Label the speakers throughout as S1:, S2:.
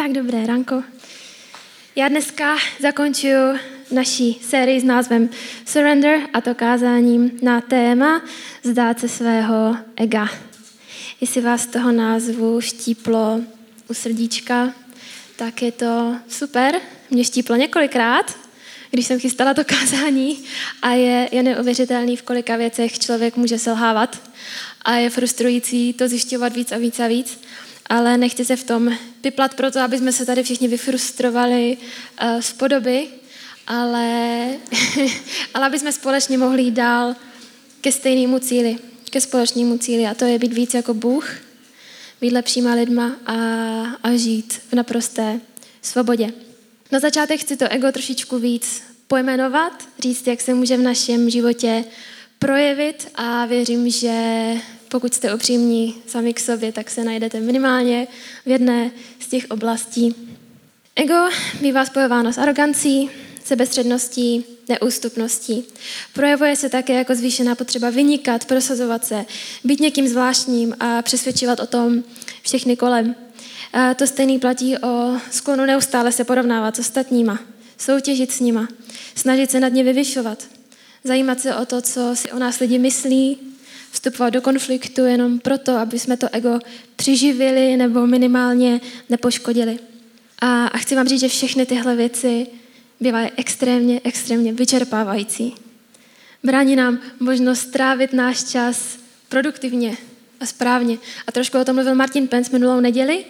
S1: Tak dobré ranko. Já dneska zakončuju naší sérii s názvem Surrender, a to kázáním na téma vzdát se svého ega. Jestli vás toho názvu štíplo u srdíčka, tak je to super. Mě štíplo několikrát, když jsem chystala to kázání, a je neuvěřitelný, v kolika věcech člověk může selhávat a je frustrující to zjišťovat víc a víc a víc. Ale nechci se v tom piplat proto, aby jsme se tady všichni vyfrustrovali z podoby, ale aby jsme společně mohli jít dál ke stejnému cíli, ke společnému cíli, a to je být víc jako Bůh, být lepšíma lidma a žít v naprosté svobodě. Na začátek chci to ego trošičku víc pojmenovat, říct, jak se může v našem životě projevit, a věřím, že pokud jste upřímní sami k sobě, tak se najdete minimálně v jedné z těch oblastí. Ego bývá spojováno s arogancí, sebestředností, neústupností. Projevuje se také jako zvýšená potřeba vynikat, prosazovat se, být někým zvláštním a přesvědčovat o tom všechny kolem. A to stejný platí o sklonu neustále se porovnávat s ostatníma, soutěžit s nima, snažit se nad ně vyvyšovat, zajímat se o to, co si o nás lidi myslí, vstupovat do konfliktu jenom proto, aby jsme to ego přiživili nebo minimálně nepoškodili. A chci vám říct, že všechny tyhle věci bývají extrémně vyčerpávající. Brání nám možnost strávit náš čas produktivně a správně. A trošku o tom mluvil Martin Pence minulou neděli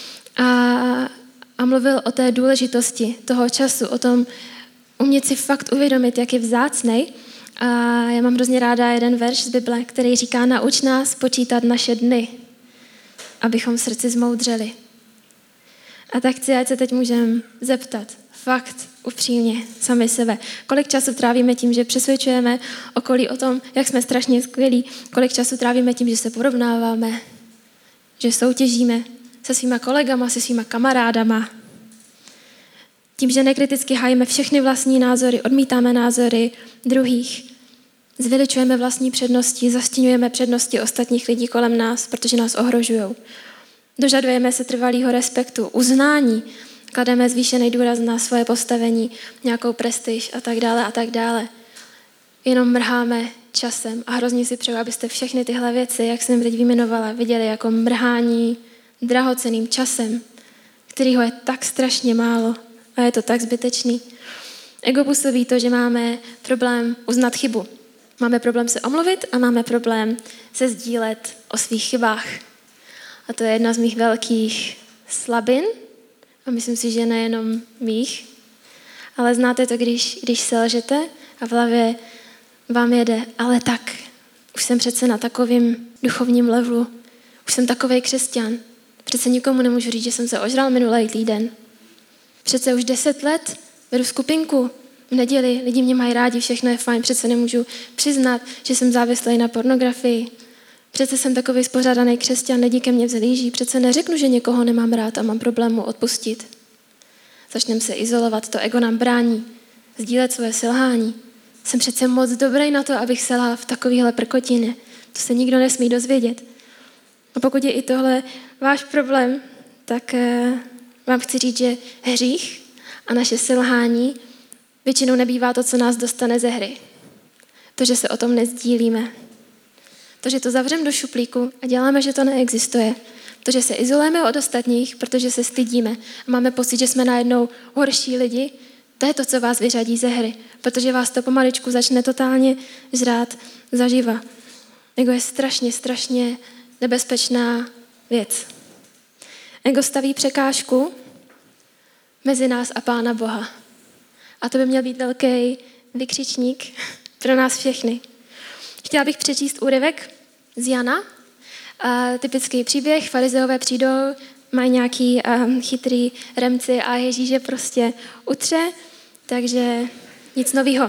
S1: a mluvil o té důležitosti toho času, o tom umět si fakt uvědomit, jak je vzácnej. A já mám hrozně ráda jeden verš z Bible, který říká: nauč nás počítat naše dny, abychom v srdci zmoudřeli. A tak chci, ať se teď můžeme zeptat, fakt upřímně, sami sebe, kolik času trávíme tím, že přesvědčujeme okolí o tom, jak jsme strašně skvělí, kolik času trávíme tím, že se porovnáváme, že soutěžíme se svýma kolegama, se svýma kamarádama, tím, že nekriticky hájíme všechny vlastní názory, odmítáme názory druhých, zveličujeme vlastní přednosti, zastíňujeme přednosti ostatních lidí kolem nás, protože nás ohrožujou. Dožadujeme se trvalého respektu, uznání, klademe zvýšený důraz na svoje postavení, nějakou prestiž a tak dále a tak dále. Jenom mrháme časem a hrozně si přeju, abyste všechny tyhle věci, jak jsem teď vyjmenovala, viděli jako mrhání drahocenným časem, kterýho je tak strašně málo a je to tak zbytečný. Ego působí to, že máme problém uznat chybu. Máme problém se omluvit a máme problém se sdílet o svých chybách. A to je jedna z mých velkých slabin, a myslím si, že nejenom mých, ale znáte to, když selžete a v hlavě vám jede, ale tak, už jsem přece na takovým duchovním levelu, už jsem takovej křesťan, přece nikomu nemůžu říct, že jsem se ožral minulý týden. Přece už 10 let vedu skupinku v neděli, lidi mě mají rádi, všechno je fajn, přece nemůžu přiznat, že jsem závislý na pornografii. Přece jsem takový spořádaný křesťan, lidi ke mně vzlíží, přece neřeknu, že někoho nemám rád a mám problém mu odpustit. Začneme se izolovat, to ego nám brání sdílet svoje selhání. Jsem přece moc dobrý na to, abych selhal v takovéhle prkotině. To se nikdo nesmí dozvědět. A pokud je i tohle váš problém, tak vám chci říct, že hřích a naše selhání většinou nebývá to, co nás dostane ze hry. To, že se o tom nezdílíme. To, že to zavřeme do šuplíku a děláme, že to neexistuje. To, že se izolujeme od ostatních, protože se stydíme a máme pocit, že jsme najednou horší lidi, to je to, co vás vyřadí ze hry, protože vás to pomaličku začne totálně žrát zaživa. Ego je strašně nebezpečná věc. Ego staví překážku mezi nás a Pána Boha. A to by měl být velký vykřičník pro nás všechny. Chtěla bych přečíst úryvek z Jana. Typický příběh, farizeové přijdou, mají nějaký chytrý remci a Ježíš je prostě utře, takže nic novýho.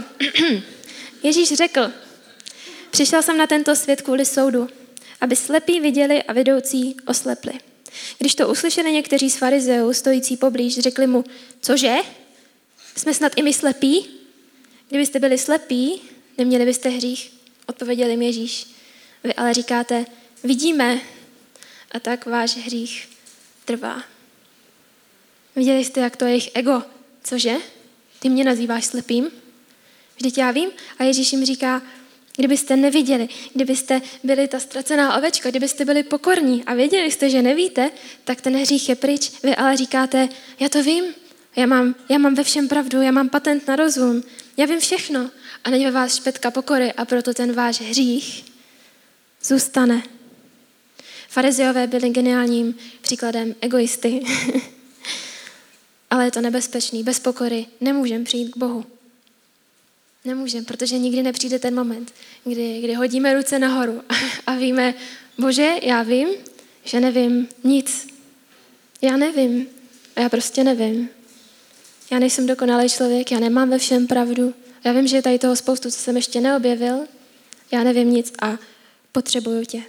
S1: Ježíš řekl: přišel jsem na tento svět kvůli soudu, aby slepí viděli a vidoucí oslepli. Když to uslyšeli někteří z farizeů stojící poblíž, řekli mu: cože? Jsme snad i my slepí? Kdybyste byli slepí, neměli byste hřích. Odpověděl jim Ježíš: vy ale říkáte, vidíme, a tak váš hřích trvá. Viděli jste, jak to je jejich ego. Cože? Ty mě nazýváš slepým? Vždyť já vím. A Ježíš jim říká, kdybyste neviděli, kdybyste byli ta ztracená ovečka, kdybyste byli pokorní a věděli jste, že nevíte, tak ten hřích je pryč. Vy ale říkáte, já to vím, já mám ve všem pravdu, já mám patent na rozum, já vím všechno. A není ve vás špetka pokory a proto ten váš hřích zůstane. Farizeové byli geniálním příkladem egoisty. Ale je to nebezpečný. Bez pokory nemůžeme přijít k Bohu. Nemůžeme, protože nikdy nepřijde ten moment, kdy hodíme ruce nahoru a víme, Bože, já vím, že nevím nic. Já nevím. A já prostě nevím. Já nejsem dokonalý člověk, já nemám ve všem pravdu. Já vím, že je tady toho spoustu, co jsem ještě neobjevil. Já nevím nic a potřebuju tě.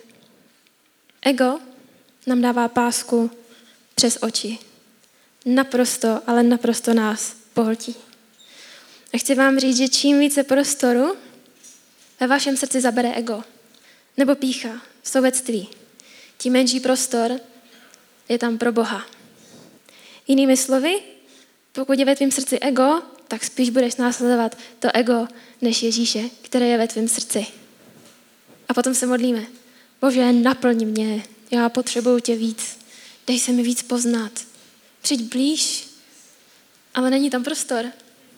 S1: Ego nám dává pásku přes oči. Naprosto, ale naprosto nás pohltí. A chci vám říct, že čím více prostoru ve vašem srdci zabere ego, nebo pýcha, sobectví, tím menší prostor je tam pro Boha. Jinými slovy, pokud je ve tvém srdci ego, tak spíš budeš následovat to ego než Ježíše, které je ve tvém srdci. A potom se modlíme. Bože, naplň mě, já potřebuju tě víc, dej se mi víc poznat, přijď blíž, ale není tam prostor.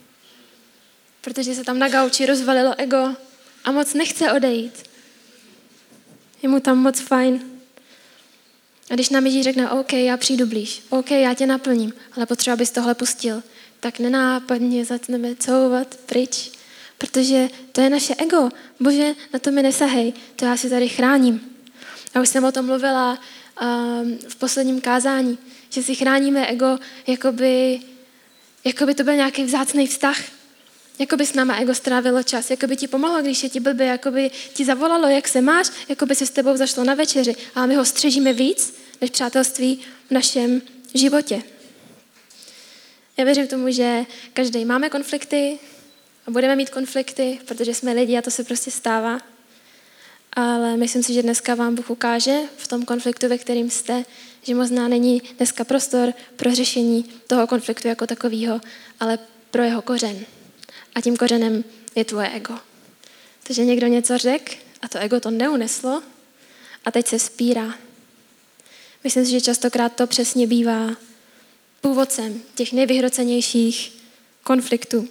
S1: Protože se tam na gauči rozvalilo ego a moc nechce odejít. Je mu tam moc fajn. A když nám Ježíš řekne, OK, já přijdu blíž, OK, já tě naplním, ale potřeba, abys tohle pustil, tak nenápadně začneme couvat pryč, protože to je naše ego. Bože, na to mi nesahej, to já si tady chráním. A už jsem o tom mluvila v posledním kázání, že si chráníme ego, jako by to byl nějaký vzácný vztah. Jako by s náma ego strávilo čas, jako by ti pomohlo, když je ti blbě, jako by ti zavolalo, jak se máš, jako by se s tebou zašlo na večeři. A my ho střežíme víc, než přátelství v našem životě. Já věřím tomu, že každý máme konflikty a budeme mít konflikty, protože jsme lidi a to se prostě stává. Ale myslím si, že dneska vám Bůh ukáže v tom konfliktu, ve kterým jste, že možná není dneska prostor pro řešení toho konfliktu jako takového, ale pro jeho kořen. A tím kořenem je tvoje ego. Takže někdo něco řekl a to ego to neuneslo a teď se spírá. Myslím si, že častokrát to přesně bývá původcem těch nejvyhrocenějších konfliktů.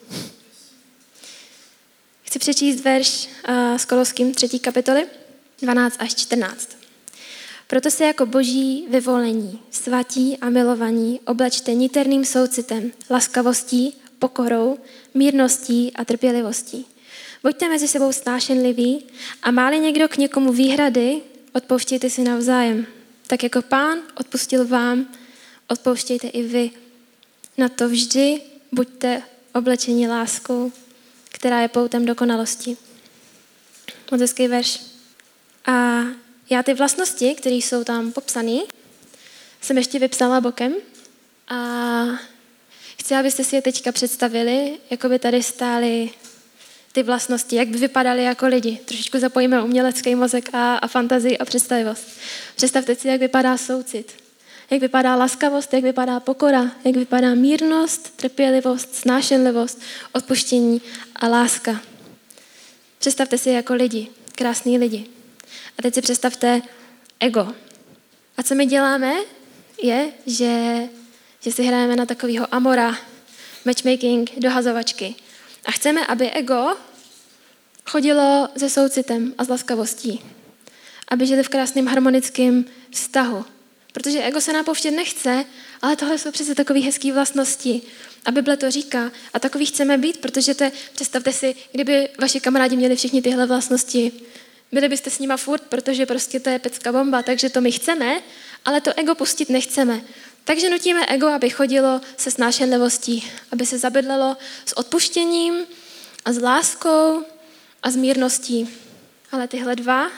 S1: Chci přečíst verš z Koloským 3. kapitoly 12 až 14. Proto se jako boží vyvolení, svatí a milovaní oblečte niterným soucitem, laskavostí, pokorou, mírností a trpělivostí. Buďte mezi sebou snášenliví a má-li někdo k někomu výhrady, odpouštějte si navzájem. Tak jako Pán odpustil vám, odpouštějte i vy. Na to vždy buďte oblečeni láskou, která je poutem dokonalosti. Moc hezký verš. A já ty vlastnosti, které jsou tam popsané, jsem ještě vypsala bokem a chci, abyste si je teďka představili, jako by tady stály ty vlastnosti, jak by vypadaly jako lidi. Trošičku zapojíme umělecký mozek a fantazii a představivost. Představte si, jak vypadá soucit, jak vypadá laskavost, jak vypadá pokora, jak vypadá mírnost, trpělivost, snášenlivost, odpuštění a láska. Představte si jako lidi, krásný lidi. A teď si představte ego. A co my děláme, je, že si hrajeme na takového amora, matchmaking, dohazovačky. A chceme, aby ego chodilo se soucitem a s laskavostí. Aby žili v krásném harmonickém vztahu. Protože ego se napouštět nechce, ale tohle jsou přece takové hezké vlastnosti. A Bible to říká. A takový chceme být, protože představte si, kdyby vaši kamarádi měli všichni tyhle vlastnosti, byli byste s nima furt, protože prostě to je pecka bomba, takže to my chceme, ale to ego pustit nechceme. Takže nutíme ego, aby chodilo se snášenlivostí, aby se zabydlelo s odpuštěním a s láskou a s mírností. Ale tyhle dva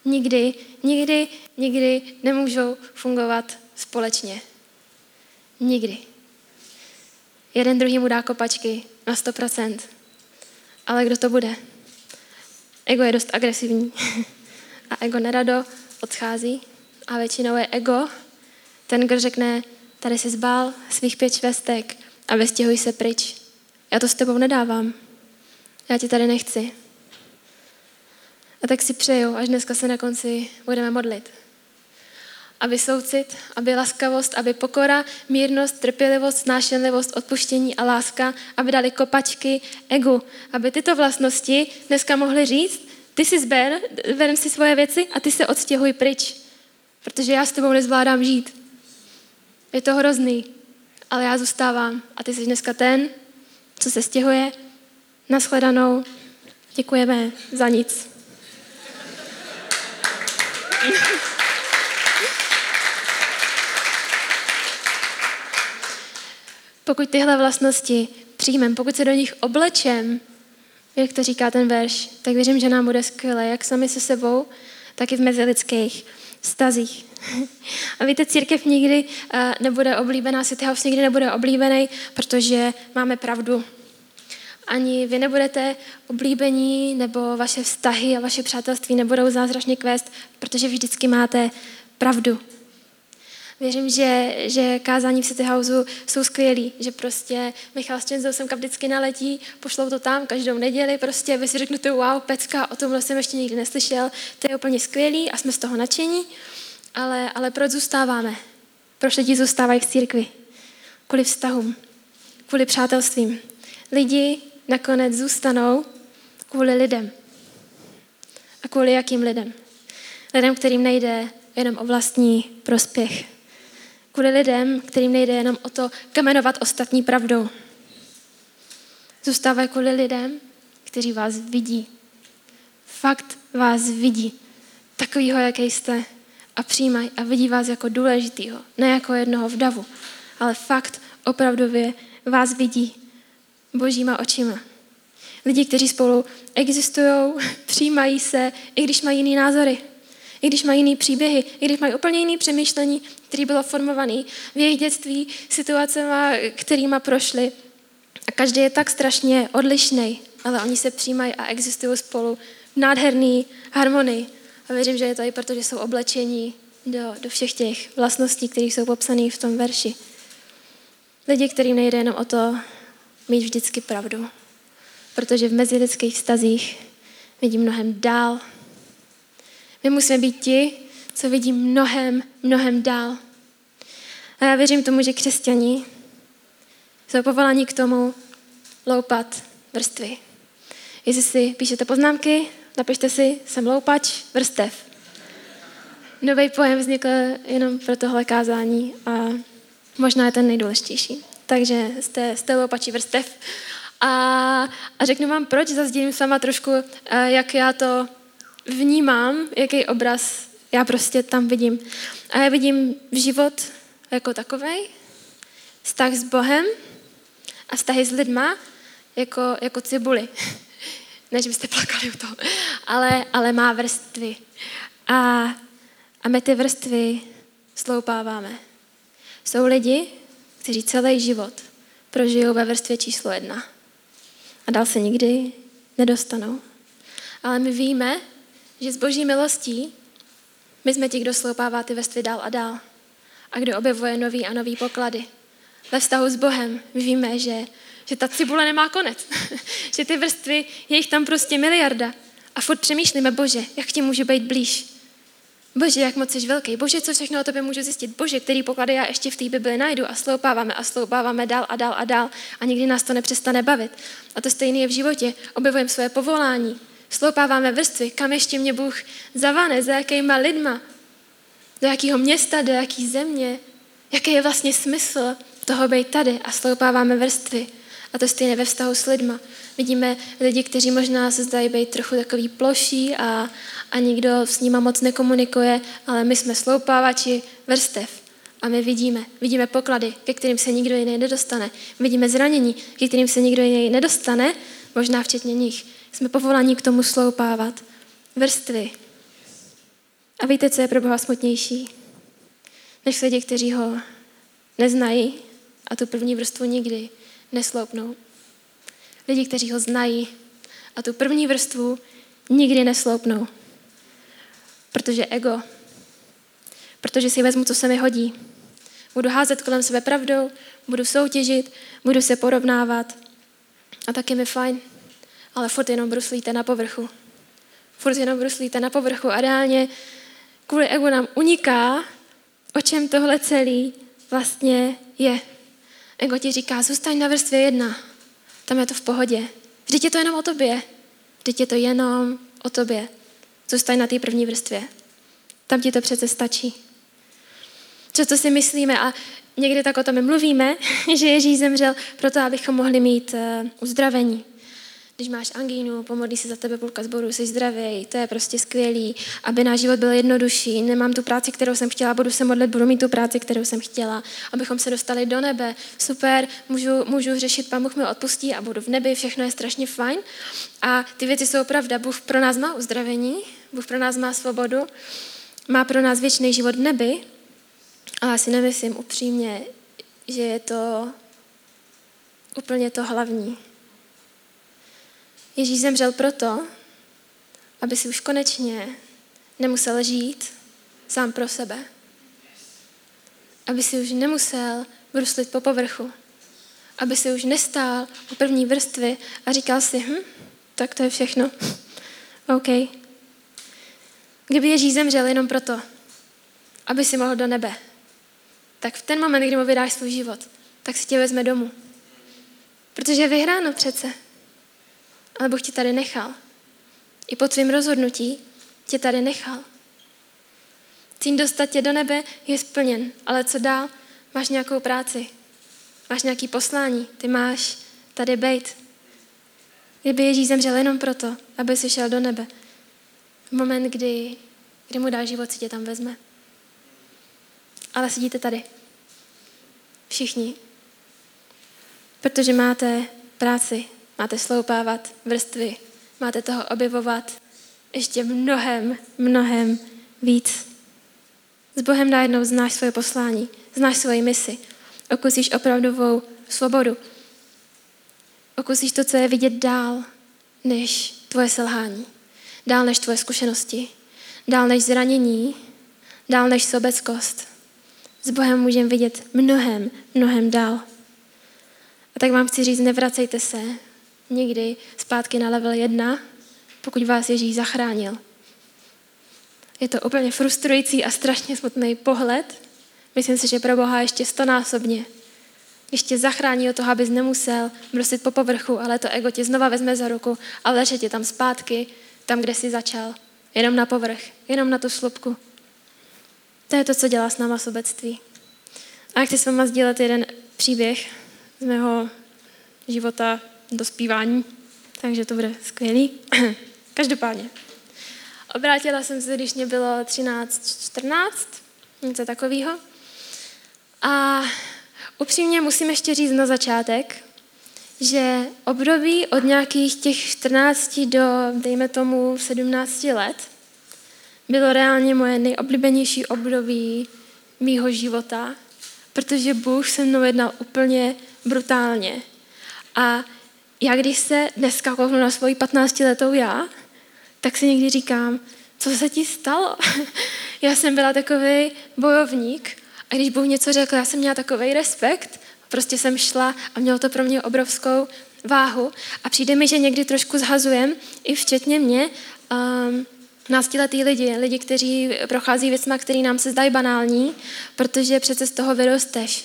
S1: nikdy nemůžou fungovat společně. Nikdy. Jeden druhýmu dá kopačky na 100%. Ale kdo to bude? Ego je dost agresivní. A ego nerado odchází. A většinou je ego ten, kdo řekne, tady jsi zbál svých 5 švestek a vystěhuj se pryč. Já to s tebou nedávám. Já tě tady nechci. A tak si přeju, až dneska se na konci budeme modlit. Aby soucit, aby laskavost, aby pokora, mírnost, trpělivost, snášenlivost, odpuštění a láska, aby dali kopačky egu. Aby tyto vlastnosti dneska mohly říct, ty si berem si svoje věci a ty se odstěhuj pryč. Protože já s tebou nezvládám žít. Je to hrozný, ale já zůstávám. A ty jsi dneska ten, co se stěhuje. Nashledanou. Děkujeme za nic. Pokud tyhle vlastnosti přijmeme, pokud se do nich oblečem, jak to říká ten verš, tak věřím, že nám bude skvěle, jak sami se sebou, tak i v mezilidských vztazích. A víte, církev nikdy nebude oblíbená, City House nikdy nebude oblíbený, protože máme pravdu. Ani vy nebudete oblíbení, nebo vaše vztahy a vaše přátelství nebudou zázračně kvést, protože vždycky máte pravdu. Věřím, že kázání v City Houseu jsou skvělý, že prostě Michal s Čenzou semka vždycky naletí, pošlou to tam každou neděli, prostě vy si řeknete, wow, pecka, o tomhle jsem ještě nikdy neslyšel, to je úplně skvělý a jsme z toho nadšení, ale proč zůstáváme? Proč lidi zůstávají v církvi? Kvůli vztahům, kvůli přátelstvím. Lidi nakonec zůstanou kvůli lidem. A kvůli jakým lidem? Lidem, kterým nejde jenom o vlastní prospěch. Kvůli lidem, kterým nejde jenom o to kamenovat ostatní pravdou. Zůstávají kvůli lidem, kteří vás vidí. Fakt vás vidí. Takovýho, jaký jste. A přijímají a vidí vás jako důležitýho. Ne jako jednoho v davu. Ale fakt opravdově vás vidí božíma očima. Lidi, kteří spolu existují, přijímají se, i když mají jiný názory. I když mají jiný příběhy, i když mají úplně jiný přemýšlení, které bylo formované v jejich dětství, situacema, kterýma prošli. A každý je tak strašně odlišný, ale oni se přijímají a existují spolu v nádherný harmonii. A věřím, že je to i proto, že jsou oblečení do všech těch vlastností, které jsou popsané v tom verši. Lidi, kterým nejde jenom o to mít vždycky pravdu. Protože v mezilidských vztazích vidí mnohem dál. My musíme být ti, co vidí mnohem, mnohem dál. A já věřím tomu, že křesťani jsou povoláni k tomu loupat vrstvy. Jestli si píšete poznámky, napište si, jsem loupač vrstev. Nový pojem vznikl jenom pro tohle kázání a možná je ten nejdůležitější. Takže jste loupači vrstev. A řeknu vám, proč, zasdílím s váma trošku, jak já to vnímám, jaký obraz já prostě tam vidím. A já vidím život jako takovej, vztah s Bohem a vztahy s lidma jako cibuli. Ne, že byste plakali u toho, ale má vrstvy. A my ty vrstvy sloupáváme. Jsou lidi, kteří celý život prožijou ve vrstvě číslo 1 a dál se nikdy nedostanou. Ale my víme, že s boží milostí my jsme ti, kdo sloupává ty vrstvy dál a dál a kdo objevuje nový a nový poklady. Ve vztahu s Bohem my víme, že ta cibule nemá konec, že ty vrstvy, je jich tam prostě miliarda a furt přemýšlíme, Bože, jak ti můžu být blíž? Bože, jak moc jsi velký. Bože, co všechno o tobě můžu zjistit? Bože, který poklady já ještě v té Bibli najdu a sloupáváme dál a dál a dál a nikdy nás to nepřestane bavit. A to stejné je v životě. Objevujeme své povolání. Sloupáváme vrstvy, kam ještě mě Bůh zavane, za jakýma lidma, do jakého města, do jaký země, jaký je vlastně smysl toho být tady a sloupáváme vrstvy. A to stejně ve vztahu s lidma. Vidíme lidi, kteří možná se zdají být trochu takový ploší a nikdo s nima moc nekomunikuje, ale my jsme sloupávači vrstev. A my vidíme poklady, ke kterým se nikdo jiný nedostane. Vidíme zranění, ke kterým se nikdo jiný nedostane, možná včetně nich. Jsme povoláni k tomu sloupávat vrstvy. A víte, co je pro Boha smutnější? Než lidi, kteří ho neznají a tu první vrstvu nikdy nesloupnou. Lidi, kteří ho znají a tu první vrstvu nikdy nesloupnou. Protože ego. Protože si vezmu, co se mi hodí. Budu házet kolem sebe pravdou, budu soutěžit, budu se porovnávat a taky mi fajn, ale furt jenom bruslíte na povrchu. Furt jenom bruslíte na povrchu a reálně kvůli egu nám uniká, o čem tohle celý vlastně je. Ego ti říká, zůstaň na vrstvě 1, tam je to v pohodě. Vždyť je to jenom o tobě. Vždyť je to jenom o tobě. Zůstaň na té první vrstvě. Tam ti to přece stačí. Co si myslíme a někdy tak o tom mluvíme, že Ježíš zemřel proto, abychom mohli mít uzdravení. Když máš angínu, pomodlí se za tebe půlka sboru, jsi zdravý, to je prostě skvělý, aby náš život byl jednodušší, nemám tu práci, kterou jsem chtěla, budu se modlit, budu mít tu práci, kterou jsem chtěla, abychom se dostali do nebe, super, můžu řešit, Pán Bůh mi odpustí a budu v nebi, všechno je strašně fajn. A ty věci jsou pravda, Bůh pro nás má uzdravení, Bůh pro nás má svobodu, má pro nás věčný život v nebi, ale já si nemyslím upřímně, že je to úplně to hlavní. Ježíš zemřel proto, aby si už konečně nemusel žít sám pro sebe. Aby si už nemusel bruslit po povrchu. Aby si už nestál u první vrstvy a říkal si, tak to je všechno. OK. Kdyby Ježíš zemřel jenom proto, aby si mohl do nebe, tak v ten moment, kdy mu vydáš svůj život, tak si tě vezme domů. Protože je vyhráno přece. Ale Bůh tě tady nechal. I po tvým rozhodnutí tě tady nechal. Cíl dostat tě do nebe je splněn, ale co dál? Máš nějakou práci, máš nějaký poslání, ty máš tady bejt. Kdyby Ježíš zemřel jenom proto, aby si šel do nebe, v moment, kdy mu dá život, si tě tam vezme. Ale sedíte tady. Všichni. Protože máte práci, máte sloupávat vrstvy, máte toho objevovat ještě mnohem víc. S Bohem najednou znáš svoje poslání, znáš svoji misi, okusíš opravdovou svobodu. Okusíš to, co je vidět dál, než tvoje selhání, dál než tvoje zkušenosti, dál než zranění, dál než sobeckost. S Bohem můžeme vidět mnohem dál. A tak vám chci říct, nevracejte se nikdy zpátky na level 1, pokud vás Ježíš zachránil. Je to úplně frustrující a strašně smutný pohled. Myslím si, že pro Boha ještě 100násobně. Když tě zachrání od toho, abys nemusel bruslit po povrchu, ale to ego tě znova vezme za ruku a vleče tě tam zpátky, tam, kde jsi začal. Jenom na povrch, jenom na tu slupku. To je to, co dělá s náma sobectví. A chci s váma sdílet jeden příběh z mého života dospívání, takže to bude skvělý. Každopádně. Obrátila jsem se, když mě bylo 13, 14, něco takového. A upřímně musím ještě říct na začátek, že období od nějakých těch 14 do, dejme tomu, 17 let bylo reálně moje nejoblíbenější období mýho života, protože Bůh se mnou jednal úplně brutálně. A já když se dneska kouknu na svoji 15letou já, tak si někdy říkám, co se ti stalo? Já jsem byla takovej bojovník a když Bůh něco řekl, já jsem měla takovej respekt, prostě jsem šla a mělo to pro mě obrovskou váhu a přijde mi, že někdy trošku zhazujem, i včetně mě, 15letý lidi, kteří prochází věcma, které nám se zdají banální, protože přece z toho vyrosteš.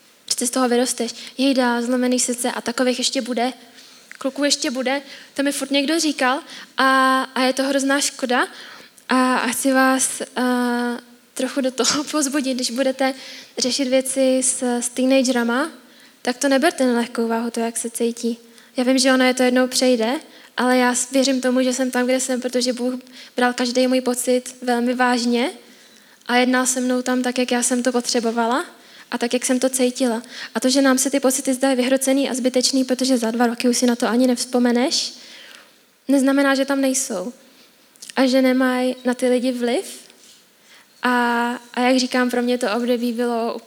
S1: Jejda, zlomený srdce a takových ještě bude. Kluků ještě bude, to mi furt někdo říkal a je to hrozná škoda a chci vás trochu do toho pozbudit, když budete řešit věci s teenagerama, tak to neberte na lehkou váhu, to, jak se cítí. Já vím, že ono je to jednou přejde, ale já věřím tomu, že jsem tam, kde jsem, protože Bůh bral každý můj pocit velmi vážně a jednal se mnou tam tak, jak já jsem to potřebovala a tak, jak jsem to cítila. A to, že nám se ty pocity zdají vyhrocený a zbytečný, protože za 2 roky už si na to ani nevzpomeneš, neznamená, že tam nejsou. A že nemají na ty lidi vliv. A jak říkám, pro mě to období bylo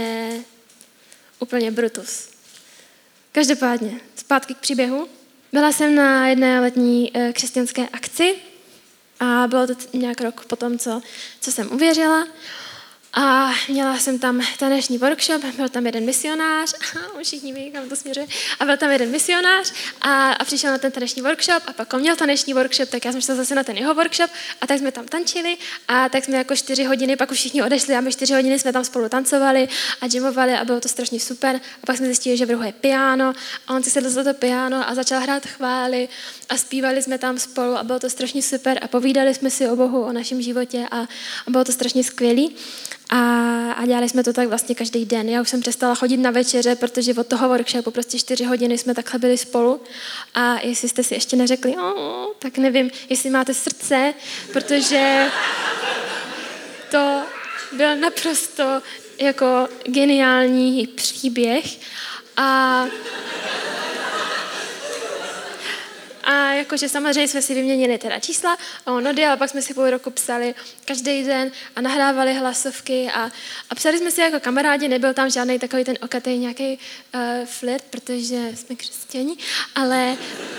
S1: úplně brutus. Každopádně, zpátky k příběhu. Byla jsem na jedné letní křesťanské akci a bylo to nějak rok po tom, co jsem uvěřila. A měla jsem tam taneční workshop, byl tam jeden misionář, všichni ví, kam to směřuje, a byl tam jeden misionář a přišel na ten taneční workshop a pak on měl taneční workshop, tak já jsem šla zase na ten jeho workshop a tak jsme tam tančili a tak jsme jako 4 hodiny, pak už všichni odešli a my 4 hodiny jsme tam spolu tancovali a gymovali a bylo to strašně super. A pak jsme zjistili, že v rohu je piano a on si sedl za to piano a začal hrát chvály a zpívali jsme tam spolu a bylo to strašně super a povídali jsme si o Bohu, o našem životě a bylo to strašně skvělý. A dělali jsme to tak vlastně každý den. Já už jsem přestala chodit na večeře, protože od toho workshopu prostě 4 hodiny jsme takhle byli spolu. A jestli jste si ještě neřekli, tak nevím, jestli máte srdce, protože to byl naprosto jako geniální příběh. A jakože samozřejmě jsme si vyměnili teda čísla a on odjel a pak jsme si půl roku psali každý den a nahrávali hlasovky a psali jsme si jako kamarádi, nebyl tam žádný takový ten okatej nějaký flirt, protože jsme křesťani, ale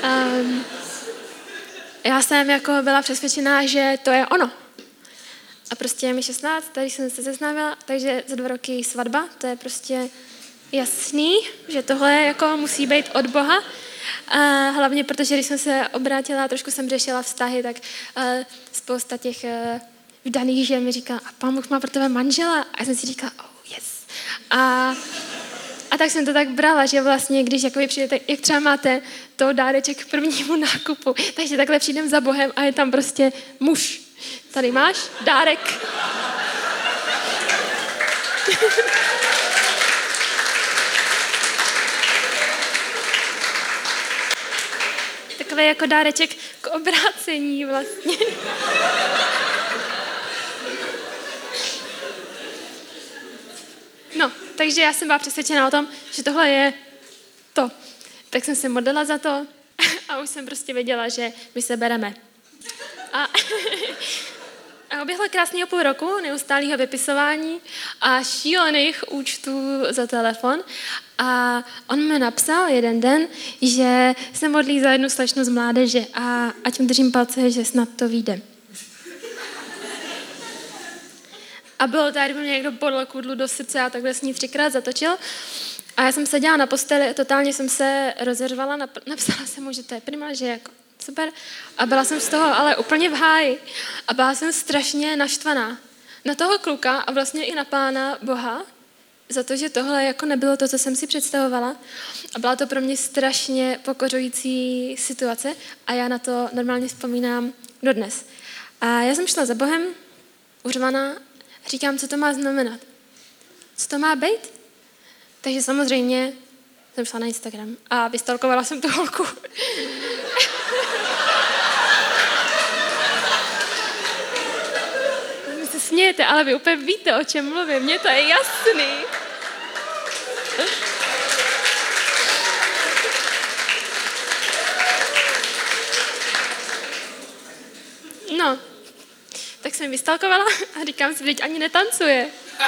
S1: já jsem jako byla přesvědčená, že to je ono. A prostě je mi 16, tady jsem se seznámila, takže za 2 roky svatba, to je prostě jasný, že tohle jako musí být od Boha. A hlavně protože, když jsem se obrátila, trošku jsem řešila vztahy, tak spousta těch vdaných žen mi říká, a Pán Bůh má pro tebe manžela? A já jsem si říkala, yes. A tak jsem to tak brala, že vlastně, když jakoby přijdete, jak třeba máte to dáreček k prvnímu nákupu, takže takhle přijdem za Bohem a je tam prostě muž. Tady máš dárek. Takový jako dáreček k obrácení vlastně. No, takže já jsem byla přesvědčena o tom, že tohle je to. Tak jsem se modlila za to a už jsem prostě věděla, že my se bereme. A uběhlo krásného půl roku neustálého vypisování a šílených účtů za telefon. A on mi napsal jeden den, že se modlí za jednu slečnu z mládeže a ať mu držím palce, že snad to vyjde. A bylo tady, kdyby mě někdo podl kudlu do srdce a takhle s ní 3krát zatočil. A já jsem seděla na posteli, totálně jsem se rozervala, napsala jsem mu, že to je prima, že jako super. A byla jsem z toho ale úplně v háji. A byla jsem strašně naštvaná na toho kluka a vlastně i na Pána Boha, za to, že tohle jako nebylo to, co jsem si představovala. A byla to pro mě strašně pokořující situace a já na to normálně vzpomínám dodnes. A já jsem šla za Bohem, uřvaná, a říkám, co to má znamenat. Co to má být? Takže samozřejmě jsem šla na Instagram a vystalkovala jsem tu holku. Vy se smějete, ale vy úplně víte, o čem mluvím. Mně to je jasný. No, tak jsem vystalkovala a říkám si, teď ani netancuje.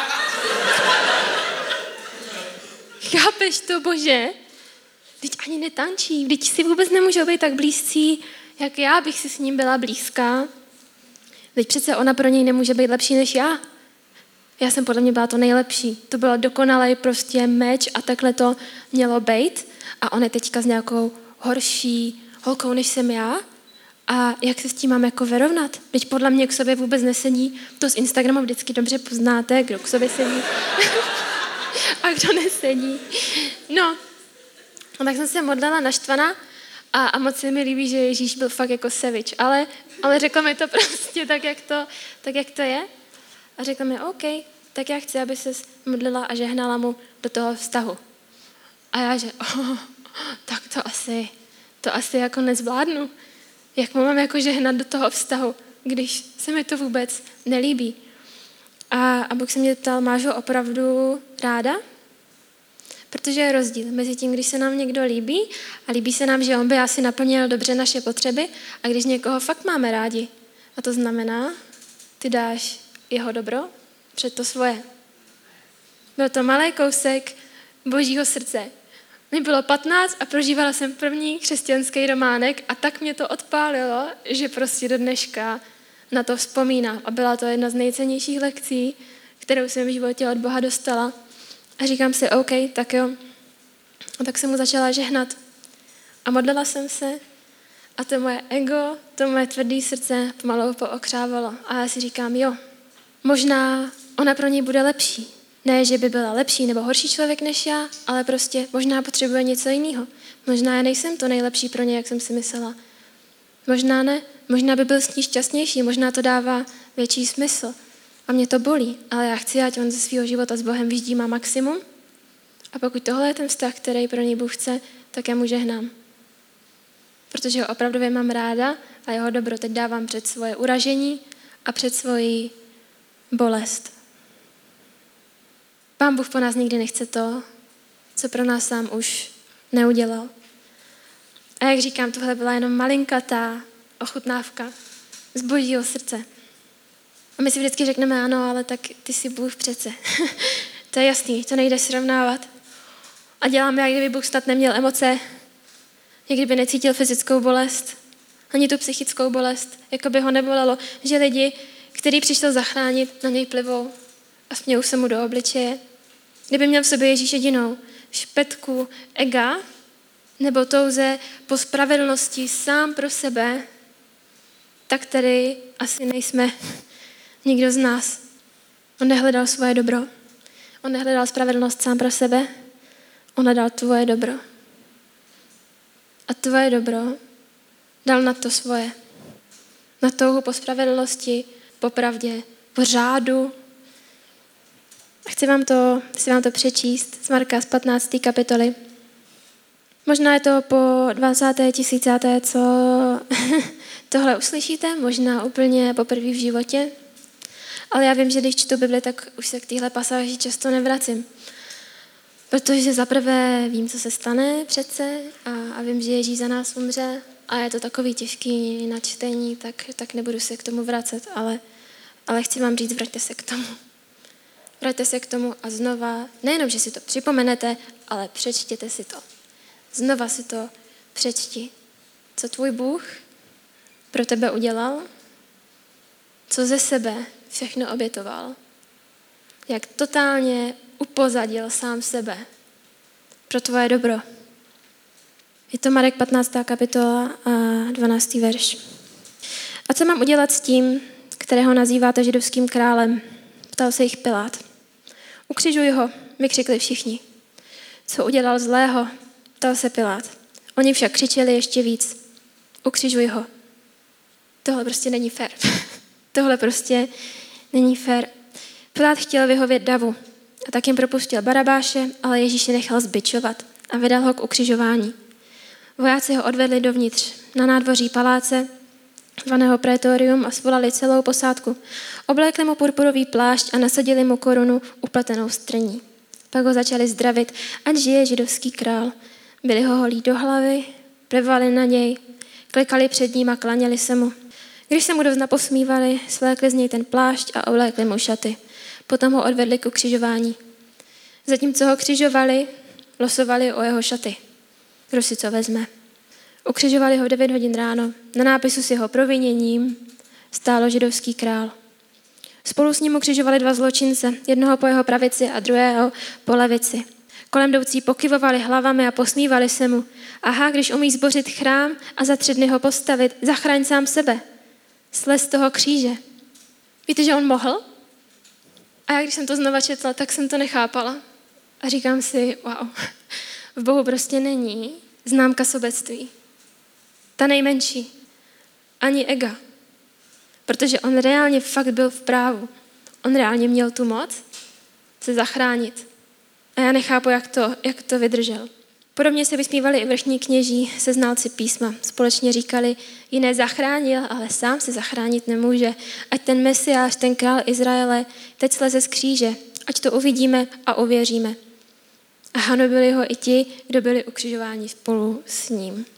S1: Chápeš to, Bože? Teď ani netančí, teď si vůbec nemůžou být tak blízcí, jak já bych si s ním byla blízká. Teď přece ona pro něj nemůže být lepší než já. Já jsem podle mě byla to nejlepší. To bylo dokonalý prostě meč a takhle to mělo být. A on je teďka s nějakou horší holkou, než jsem já. A jak se s tím mám jako vyrovnat? Teď podle mě k sobě vůbec nesedí. To z Instagramu vždycky dobře poznáte, kdo k sobě sedí a kdo nesedí. No, a tak jsem se modlila naštvaná a moc se mi líbí, že Ježíš byl fakt jako sevič. Ale řekl mi to prostě tak, jak to je. A řekl mi, OK, tak já chci, aby ses modlila a žehnala mu do toho vztahu. A já, že tak to asi jako nezvládnu. Jak mu mám jako žehnat do toho vztahu, když se mi to vůbec nelíbí. A Bůh se mě ptal, máš ho opravdu ráda? Protože je rozdíl mezi tím, když se nám někdo líbí a líbí se nám, že on by asi naplnil dobře naše potřeby a když někoho fakt máme rádi. A to znamená, ty dáš jeho dobro před to svoje. Byl to malý kousek Božího srdce. Mi bylo 15 a prožívala jsem první křesťanský románek a tak mě to odpálilo, že prostě do dneška na to vzpomínám. A byla to jedna z nejcennějších lekcí, kterou jsem v životě od Boha dostala. A říkám si, OK, tak jo. A tak jsem mu začala žehnat. A modlila jsem se a to moje ego, to moje tvrdé srdce pomalu pookřávalo. A já si říkám, jo, možná ona pro něj bude lepší. Ne, že by byla lepší nebo horší člověk než já, ale prostě možná potřebuje něco jiného. Možná já nejsem to nejlepší pro ně, jak jsem si myslela. Možná ne, možná by byl s ní šťastnější, možná to dává větší smysl. A mě to bolí, ale já chci, ať on ze svého života s Bohem vyždímá maximum. A pokud tohle je ten vztah, který pro něj Bůh chce, tak já mu žehnám. Protože ho opravdu mám ráda a jeho dobro teď dávám před svoje uražení a před svoji bolest. Pán Bůh po nás nikdy nechce to, co pro nás sám už neudělal. A jak říkám, tohle byla jenom malinkatá ochutnávka z Božího srdce. A my si vždycky řekneme, ano, ale tak ty jsi Bůh přece. To je jasný, to nejde srovnávat. A děláme, jak kdyby Bůh snad neměl emoce, jak kdyby necítil fyzickou bolest, ani tu psychickou bolest, jako by ho nebolelo, že lidi, který přišel zachránit, na něj plivou a smějou se mu do obličeje. Kdyby měl v sobě Ježíš jedinou špetku ega nebo touze po spravedlnosti sám pro sebe, tak tady asi nejsme nikdo z nás. On nehledal svoje dobro. On nehledal spravedlnost sám pro sebe. On hledal tvoje dobro. A tvoje dobro dal na to svoje. Na touhu po spravedlnosti, po pravdě, po řádu. A chci vám to přečíst z Marka z 15. kapitoly. Možná je to po 20. tisícáté, co tohle uslyšíte, možná úplně poprvé v životě. Ale já vím, že když čtu Bibli, tak už se k téhle pasáži často nevracím. Protože zaprvé vím, co se stane přece a vím, že Ježíš za nás umře a je to takový těžký na čtení, tak nebudu se k tomu vracet, ale chci vám říct, vraťte se k tomu. Vraťte se k tomu a znova, nejenom, že si to připomenete, ale přečtěte si to. Znova si to přečti. Co tvůj Bůh pro tebe udělal, co ze sebe všechno obětoval, jak totálně upozadil sám sebe pro tvoje dobro. Je to Marek 15. kapitola a 12. verš. A co mám udělat s tím, kterého nazýváte židovským králem? Ptal se jich Pilát. Ukřižuj ho, vykřikli všichni. Co udělal zlého? Ptal se Pilát. Oni však křičeli ještě víc. Ukřižuj ho. Tohle prostě není fér. Tohle prostě není fér. Pilát chtěl vyhovět davu a tak jim propustil Barabáše, ale Ježíše nechal zbičovat a vydal ho k ukřižování. Vojáci ho odvedli dovnitř na nádvoří paláce, zvaného Praetorium, a svolali celou posádku. Oblékli mu purpurový plášť a nasadili mu korunu upletenou z trní. Pak ho začali zdravit, ať žije židovský král. Byli ho holí do hlavy, plivali na něj, klikali před ním a klaněli se mu. Když se mu dovna posmívali, svlékli z něj ten plášť a oblékli mu šaty. Potom ho odvedli k ukřižování. Zatímco ho křižovali, losovali o jeho šaty. Kdo si co vezme? Ukřižovali ho v 9 hodin ráno. Na nápisu s jeho proviněním stálo židovský král. Spolu s ním ukřižovali 2 zločince, jednoho po jeho pravici a druhého po levici. Kolem jdoucí pokyvovali hlavami a posmívali se mu. Aha, když umíš zbořit chrám a za 3 dny ho postavit, zachraň sám sebe. Slez z toho kříže. Víte, že on mohl? A já, když jsem to znova četla, tak jsem to nechápala. A říkám si, wow, v Bohu prostě není známka sobectví. Ta nejmenší. Ani ega. Protože on reálně fakt byl v právu. On reálně měl tu moc se zachránit. A já nechápu, jak to vydržel. Podobně se vysmívali i vrchní kněží se znalci písma. Společně říkali, jiné zachránil, ale sám se zachránit nemůže. Ať ten Mesiáš, ten král Izraele, teď sleze z kříže. Ať to uvidíme a uvěříme. A hanobili ho i ti, kdo byli ukřižováni spolu s ním.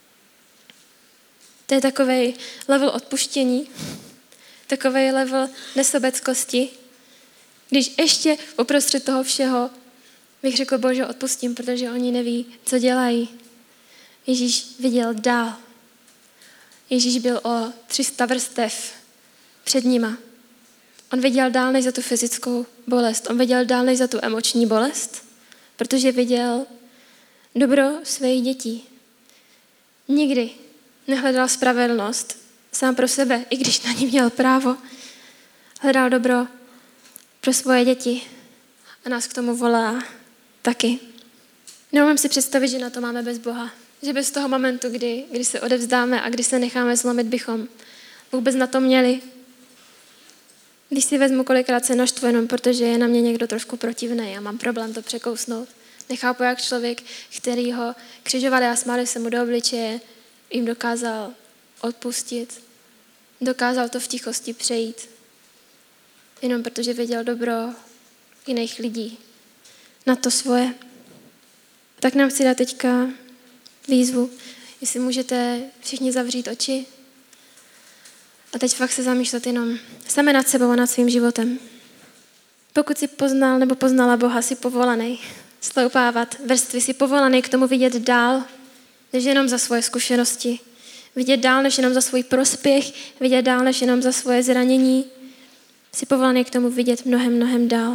S1: To je takovej level odpuštění, takovej level nesobeckosti, když ještě uprostřed toho všeho bych řekl, Bože, odpustím, protože oni neví, co dělají. Ježíš viděl dál. Ježíš byl o 300 vrstev před nima. On viděl dál než za tu fyzickou bolest. On viděl dál než za tu emoční bolest, protože viděl dobro svých dětí. Nikdy nehledal spravedlnost sám pro sebe, i když na ní měl právo. Hledal dobro pro svoje děti a nás k tomu volá taky. Neumím si představit, že na to máme bez Boha. Že bez toho momentu, kdy se odevzdáme a kdy se necháme zlomit, bychom vůbec na to měli. Když si vezmu, kolikrát se naštvu jenom, protože je na mě někdo trošku protivný a mám problém to překousnout. Nechápu, jak člověk, který ho křižovali a smáli se mu do obličeje, jim dokázal odpustit. Dokázal to v tichosti přejít. Jenom protože věděl dobro jiných lidí na to svoje. Tak nám chci dát teďka výzvu, jestli můžete všichni zavřít oči a teď fakt se zamýšlet jenom sami nad sebou a nad svým životem. Pokud jsi poznal nebo poznala Boha, jsi povolaný sloupávat vrstvy, jsi povolaný k tomu vidět dál, než jenom za svoje zkušenosti. Vidět dál, než jenom za svůj prospěch, vidět dál, než jenom za svoje zranění. Jsi povolaný k tomu vidět mnohem, mnohem dál.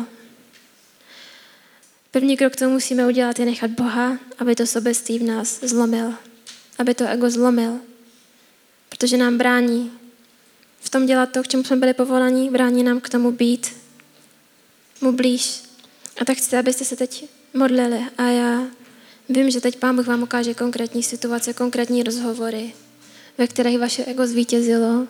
S1: První krok, co musíme udělat, je nechat Boha, aby to sobectví v nás zlomil. Aby to ego zlomil. Protože nám brání v tom dělat to, k čemu jsme byli povolaní, brání nám k tomu být mu blíž. A tak chci, abyste se teď modlili. A já vím, že teď Pán Bůh vám ukáže konkrétní situace, konkrétní rozhovory, ve kterých vaše ego zvítězilo.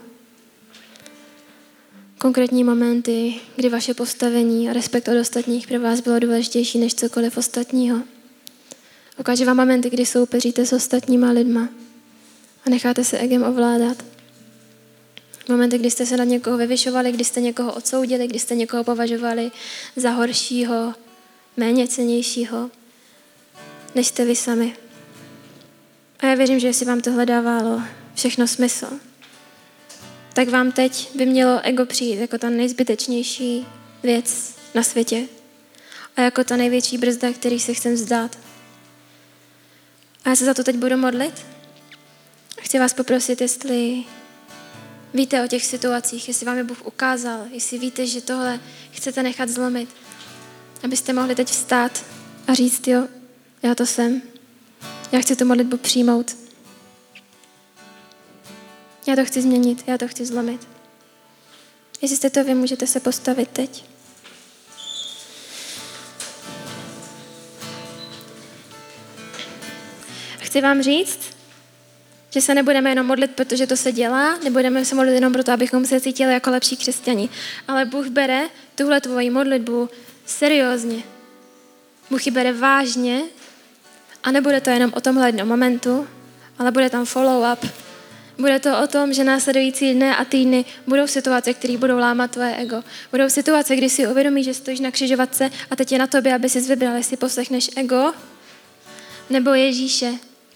S1: Konkrétní momenty, kdy vaše postavení a respekt od ostatních pro vás bylo důležitější než cokoliv ostatního. Ukáže vám momenty, kdy soupeříte s ostatníma lidma a necháte se egem ovládat. Momenty, kdy jste se nad někoho vyvyšovali, kdy jste někoho odsoudili, kdy jste někoho považovali za horšího, méně cennějšího, než jste vy sami. A já věřím, že jestli vám tohle dávalo všechno smysl, tak vám teď by mělo ego přijít jako ta nejzbytečnější věc na světě a jako ta největší brzda, který se chcem vzdát. A já se za to teď budu modlit. Chci vás poprosit, jestli víte o těch situacích, jestli vám je Bůh ukázal, jestli víte, že tohle chcete nechat zlomit, abyste mohli teď vstát a říct, jo, já to jsem. Já chci tu modlitbu přijmout. Já to chci změnit, já to chci zlomit. Jestli jste to vy, můžete se postavit teď. Chci vám říct, že se nebudeme jenom modlit, protože to se dělá, nebudeme se modlit jenom proto, abychom se cítili jako lepší křesťani, ale Bůh bere tuhle tvoji modlitbu seriózně. Bůh ji bere vážně a nebude to jenom o tomhle jednom momentu, ale bude tam follow-up. Bude to o tom, že následující dny a týdny budou situace, které budou lámat tvoje ego. Budou situace, kdy si uvědomíš, že stojíš na křižovatce a teď je na tobě, aby si vybral, jestli poslechneš ego nebo Ježíše.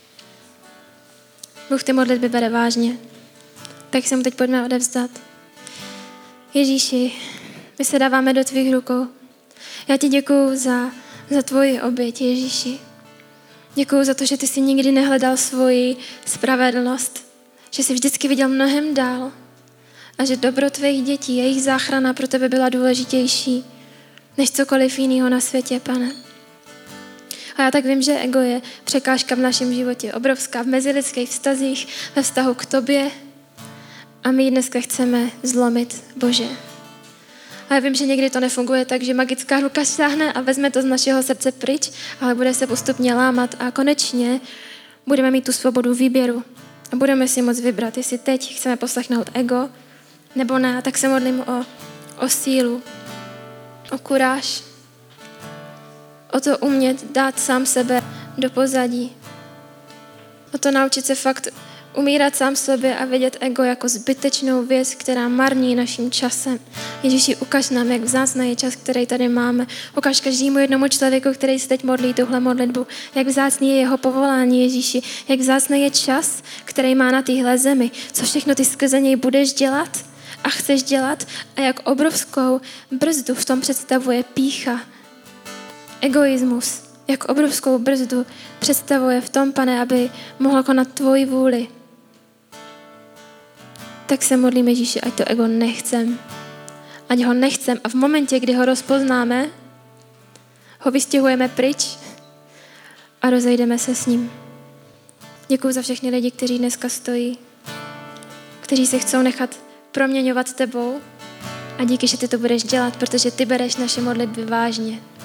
S1: Bůh ty modlitby bere vážně. Tak se mu teď pojďme odevzdat. Ježíši, my se dáváme do tvých rukou. Já ti děkuju za tvoji oběť, Ježíši. Děkuju za to, že ty jsi nikdy nehledal svoji spravedlnost. Že jsi vždycky viděl mnohem dál a že dobro tvých dětí, jejich záchrana pro tebe byla důležitější než cokoliv jiného na světě, Pane. A já tak vím, že ego je překážka v našem životě, obrovská v mezilidských vztazích, ve vztahu k tobě a my ji dneska chceme zlomit, Bože. A já vím, že někdy to nefunguje tak, že magická ruka šáhne a vezme to z našeho srdce pryč, ale bude se postupně lámat a konečně budeme mít tu svobodu výběru. A budeme si moct vybrat, jestli teď chceme poslechnout ego, nebo ne. Tak se modlím o sílu, o kuráž, o to umět dát sám sebe do pozadí. O to naučit se fakt umírat sám sobě a vidět ego jako zbytečnou věc, která marní naším časem. Ježíši, ukaž nám, jak vzácný je čas, který tady máme. Ukaž každému jednomu člověku, který se teď modlí tuhle modlitbu, jak vzácný je jeho povolání, Ježíši, jak vzácný je čas, který má na téhle zemi, co všechno ty skrze něj budeš dělat a chceš dělat a jak obrovskou brzdu v tom představuje pýcha, egoismus, jak obrovskou brzdu představuje v tom, Pane, aby mohl konat tvoji vůli. Tak se modlím, Ježíši, ať to ego nechcem, ať ho nechcem a v momentě, kdy ho rozpoznáme, ho vystěhujeme pryč a rozejdeme se s ním. Děkuji za všechny lidi, kteří dneska stojí, kteří se chcou nechat proměňovat tebou a díky, že ty to budeš dělat, protože ty bereš naše modlitby vážně.